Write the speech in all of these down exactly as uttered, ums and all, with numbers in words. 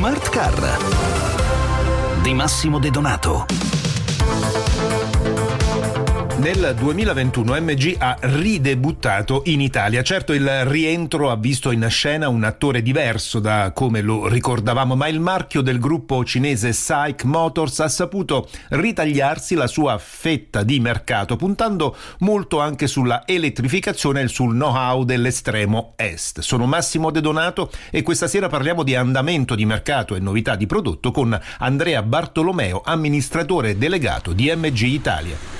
Smart Car di Massimo De Donato. Nel duemilaventuno M G ha ridebuttato in Italia. Certo, il rientro ha visto in scena un attore diverso da come lo ricordavamo, ma il marchio del gruppo cinese SAIC Motors ha saputo ritagliarsi la sua fetta di mercato, puntando molto anche sulla elettrificazione e sul know-how dell'estremo est. Sono Massimo De Donato e questa sera parliamo di andamento di mercato e novità di prodotto con Andrea Bartolomeo, amministratore delegato di M G Italia.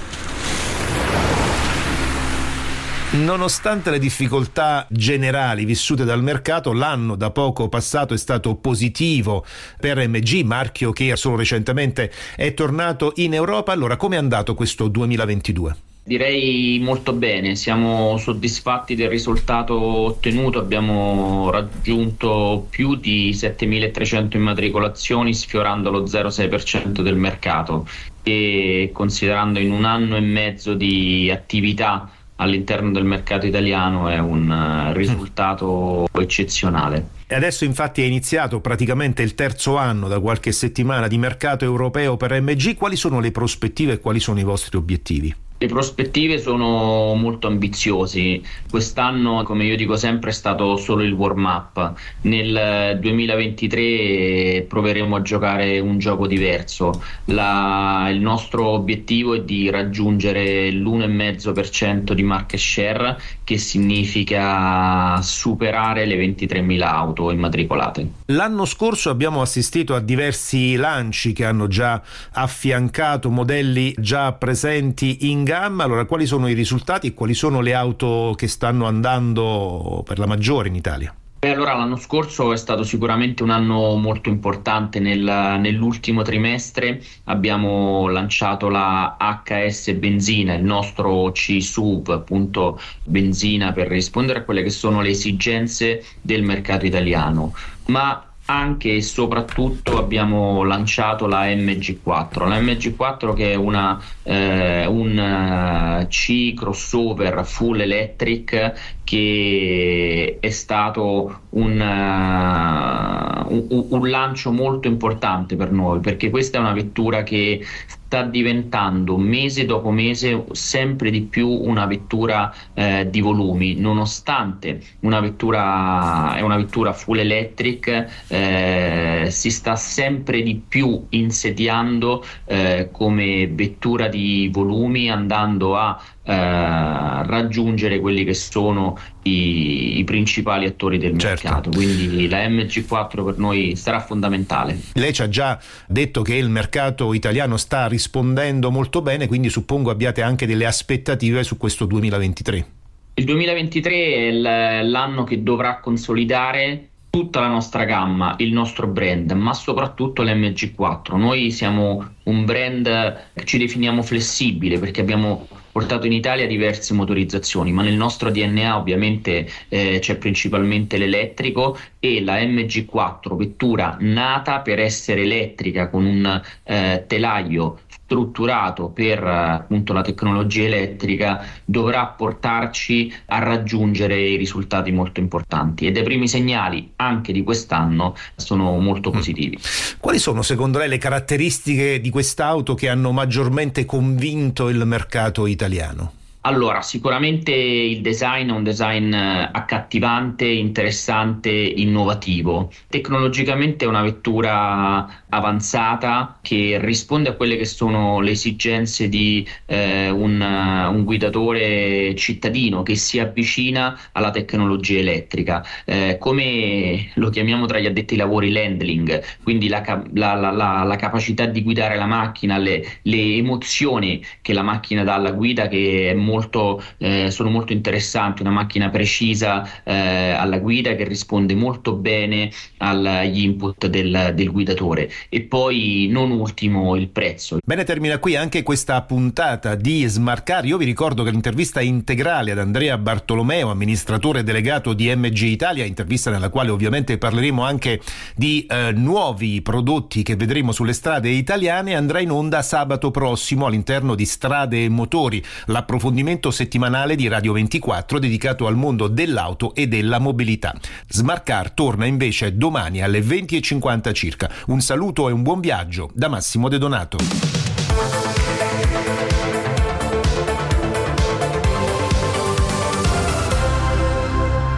Nonostante le difficoltà generali vissute dal mercato, l'anno da poco passato è stato positivo per M G, marchio che solo recentemente è tornato in Europa. Allora, come è andato questo duemilaventidue? Direi molto bene, siamo soddisfatti del risultato ottenuto, abbiamo raggiunto più di settemilatrecento immatricolazioni sfiorando lo zero virgola sei per cento del mercato e considerando in un anno e mezzo di attività all'interno del mercato italiano è un risultato eccezionale. E adesso infatti è iniziato praticamente il terzo anno da qualche settimana di mercato europeo per M G. Quali sono le prospettive e quali sono i vostri obiettivi? Le prospettive sono molto ambiziosi. Quest'anno, come io dico sempre, è stato solo il warm-up. Nel duemilaventitré proveremo a giocare un gioco diverso. La, il nostro obiettivo è di raggiungere l'uno virgola cinque per cento di market share, che significa superare le ventitremila auto immatricolate. L'anno scorso abbiamo assistito a diversi lanci che hanno già affiancato modelli già presenti in gamma. Allora, quali sono i risultati e quali sono le auto che stanno andando per la maggiore in Italia? Beh, allora l'anno scorso è stato sicuramente un anno molto importante. Nel, nell'ultimo trimestre abbiamo lanciato la H S benzina, il nostro C S U V appunto benzina, per rispondere a quelle che sono le esigenze del mercato italiano, ma anche e soprattutto abbiamo lanciato la M G quattro, la M G quattro che è una, eh, un C crossover full electric che è stato un, uh, un, un lancio molto importante per noi, perché questa è una vettura che sta diventando mese dopo mese sempre di più una vettura eh, di volumi, nonostante una vettura è una vettura full electric, eh, si sta sempre di più insediando eh, come vettura di volumi, andando a eh, raggiungere quelli che sono i, i principali attori del mercato. Certo. Quindi la M G quattro per noi sarà fondamentale. Lei ci ha già detto che il mercato italiano sta rispondendo molto bene, quindi suppongo abbiate anche delle aspettative su questo duemilaventitré. Il duemilaventitré è l'anno che dovrà consolidare tutta la nostra gamma, il nostro brand, ma soprattutto l'M G quattro. Noi siamo un brand, ci definiamo flessibile perché abbiamo portato in Italia diverse motorizzazioni, ma nel nostro D N A ovviamente eh, c'è principalmente l'elettrico, e la M G quattro, vettura nata per essere elettrica con un eh, telaio strutturato per appunto la tecnologia elettrica, dovrà portarci a raggiungere i risultati molto importanti, e dai primi segnali anche di quest'anno sono molto positivi. Quali sono secondo lei le caratteristiche di quest'auto che hanno maggiormente convinto il mercato italiano? Allora, sicuramente il design è un design accattivante, interessante, innovativo. Tecnologicamente è una vettura avanzata che risponde a quelle che sono le esigenze di eh, un, un guidatore cittadino che si avvicina alla tecnologia elettrica. Eh, come lo chiamiamo tra gli addetti ai lavori, l'handling, quindi la, la, la, la, la capacità di guidare la macchina, le, le emozioni che la macchina dà alla guida, che è molto, eh, sono molto interessanti. Una macchina precisa eh, alla guida, che risponde molto bene agli input del, del guidatore. E poi non ultimo il prezzo. Bene, termina qui anche questa puntata di Smart Car. Io vi ricordo che l'intervista integrale ad Andrea Bartolomeo, amministratore delegato di M G Italia, intervista nella quale ovviamente parleremo anche di eh, nuovi prodotti che vedremo sulle strade italiane, andrà in onda sabato prossimo all'interno di Strade e Motori. L'approfondimento approfondimento settimanale di Radio ventiquattro dedicato al mondo dell'auto e della mobilità. Smart Car torna invece domani alle venti e cinquanta circa. Un saluto e un buon viaggio da Massimo De Donato.